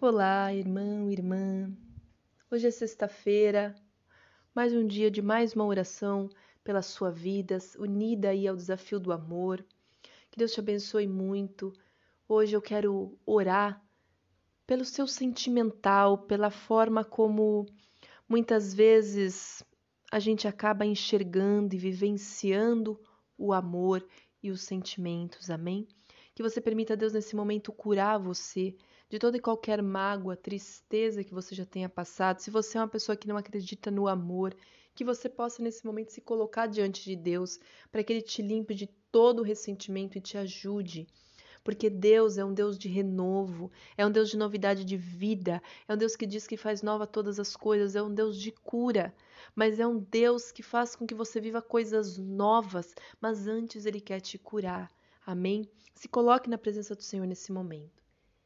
Olá, irmão, irmã. Hoje é sexta-feira, mais um dia de mais uma oração pela sua vida, unida aí ao desafio do amor. Que Deus te abençoe muito. Hoje eu quero orar pelo seu sentimental, pela forma como muitas vezes a gente acaba enxergando e vivenciando o amor e os sentimentos. Amém? Que você permita a Deus nesse momento curar você de toda e qualquer mágoa, tristeza que você já tenha passado. Se você é uma pessoa que não acredita no amor, que você possa nesse momento se colocar diante de Deus para que Ele te limpe de todo o ressentimento e te ajude. Porque Deus é um Deus de renovo, é um Deus de novidade de vida, é um Deus que diz que faz nova todas as coisas, é um Deus de cura, mas é um Deus que faz com que você viva coisas novas, mas antes Ele quer te curar. Amém? Se coloque na presença do Senhor nesse momento.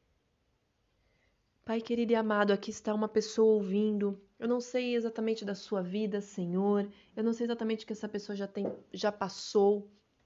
Pai querido e amado, aqui está uma pessoa ouvindo. Eu não sei exatamente da sua vida, Senhor. Eu não sei exatamente o que essa pessoa já passou.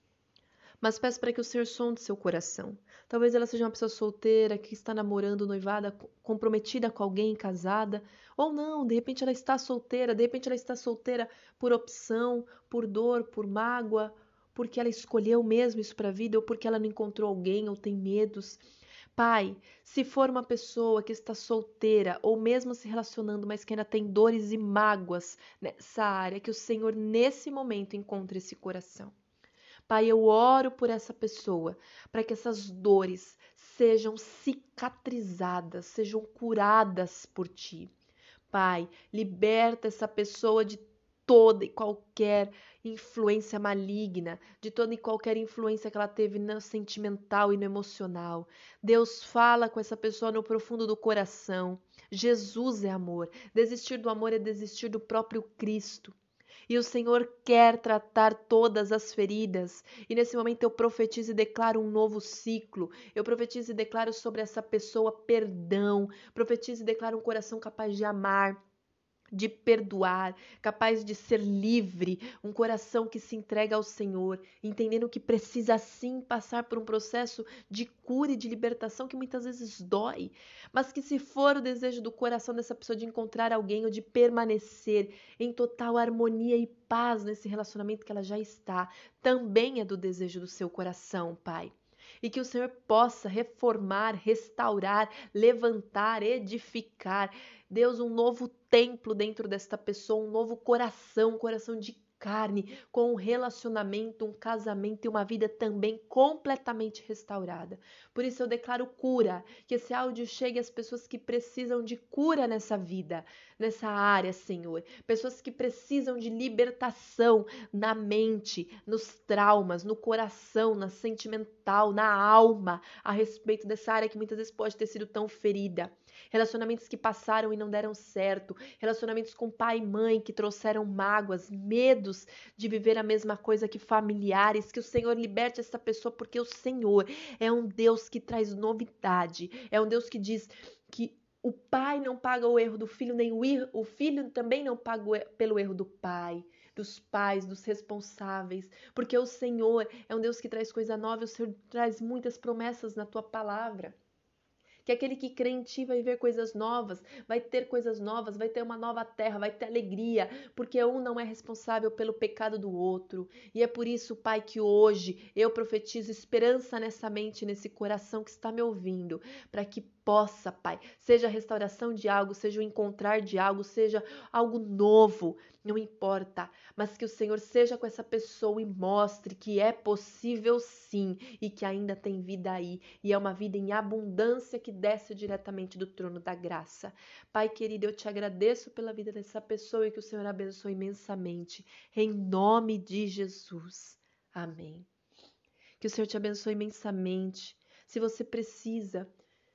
Mas peço para que o Senhor sonde seu coração. Talvez ela seja uma pessoa solteira, que está namorando, noivada, comprometida com alguém, casada. Ou não, de repente ela está solteira, de repente ela está solteira por opção, por dor, por mágoa, porque ela escolheu mesmo isso para a vida, ou porque ela não encontrou alguém, ou tem medos. Pai, se for uma pessoa que está solteira ou mesmo se relacionando, mas que ainda tem dores e mágoas nessa área, que o Senhor nesse momento encontre esse coração. Pai, eu oro por essa pessoa, para que essas dores sejam cicatrizadas, sejam curadas por ti. Pai, liberta essa pessoa de toda e qualquer influência maligna, de toda e qualquer influência que ela teve no sentimental e no emocional. Deus fala com essa pessoa no profundo do coração. Jesus é amor. Desistir do amor é desistir do próprio Cristo. E o Senhor quer tratar todas as feridas. E nesse momento eu profetizo e declaro um novo ciclo. Eu profetizo e declaro sobre essa pessoa perdão. Profetizo e declaro um coração capaz de amar, de perdoar, capaz de ser livre, um coração que se entrega ao Senhor, entendendo que precisa sim passar por um processo de cura e de libertação que muitas vezes dói, mas que se for o desejo do coração dessa pessoa de encontrar alguém ou de permanecer em total harmonia e paz nesse relacionamento que ela já está, também é do desejo do seu coração, Pai. E que o Senhor possa reformar, restaurar, levantar, edificar, Deus, um novo templo dentro desta pessoa, um novo coração, um coração de carne, com um relacionamento, um casamento e uma vida também completamente restaurada. Por isso eu declaro cura, que esse áudio chegue às pessoas que precisam de cura nessa vida, nessa área, Senhor. Pessoas que precisam de libertação na mente, nos traumas, no coração, na sentimental, na alma, a respeito dessa área que muitas vezes pode ter sido tão ferida. Relacionamentos que passaram e não deram certo, relacionamentos com pai e mãe que trouxeram mágoas, medos de viver a mesma coisa que familiares, que o Senhor liberte essa pessoa, porque o Senhor é um Deus que traz novidade, é um Deus que diz que o pai não paga o erro do filho, nem o filho também não paga pelo erro do pai, dos pais, dos responsáveis, porque o Senhor é um Deus que traz coisa nova, o Senhor traz muitas promessas na tua palavra. Que aquele que crê em ti vai ver coisas novas, vai ter coisas novas, vai ter uma nova terra, vai ter alegria, porque um não é responsável pelo pecado do outro. E é por isso, Pai, que hoje eu profetizo esperança nessa mente, nesse coração que está me ouvindo, para que possa, Pai, seja a restauração de algo, seja o encontrar de algo, seja algo novo, não importa, mas que o Senhor seja com essa pessoa e mostre que é possível sim e que ainda tem vida aí, e é uma vida em abundância que desce diretamente do trono da graça. Pai querido, eu te agradeço pela vida dessa pessoa e que o Senhor abençoe imensamente, em nome de Jesus. Amém. Que o Senhor te abençoe imensamente. Se você precisa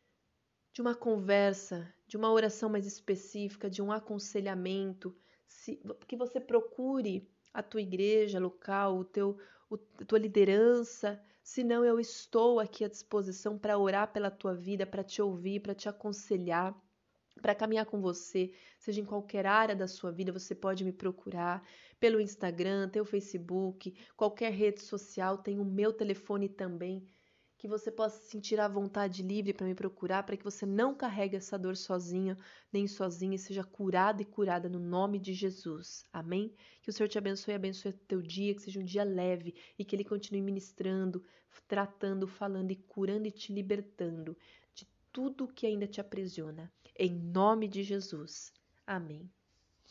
de uma conversa, de uma oração mais específica, de um aconselhamento, que você procure a tua igreja local, a tua liderança. Se não, eu estou aqui à disposição para orar pela tua vida, para te ouvir, para te aconselhar, para caminhar com você, seja em qualquer área da sua vida, você pode me procurar pelo Instagram, tem o Facebook, qualquer rede social, tem o meu telefone também, que você possa sentir a vontade livre para me procurar, para que você não carregue essa dor sozinho, nem sozinha, e seja curado e curada no nome de Jesus. Amém? Que o Senhor te abençoe e abençoe o teu dia, que seja um dia leve e que Ele continue ministrando, tratando, falando e curando e te libertando de tudo que ainda te aprisiona. Em nome de Jesus. Amém.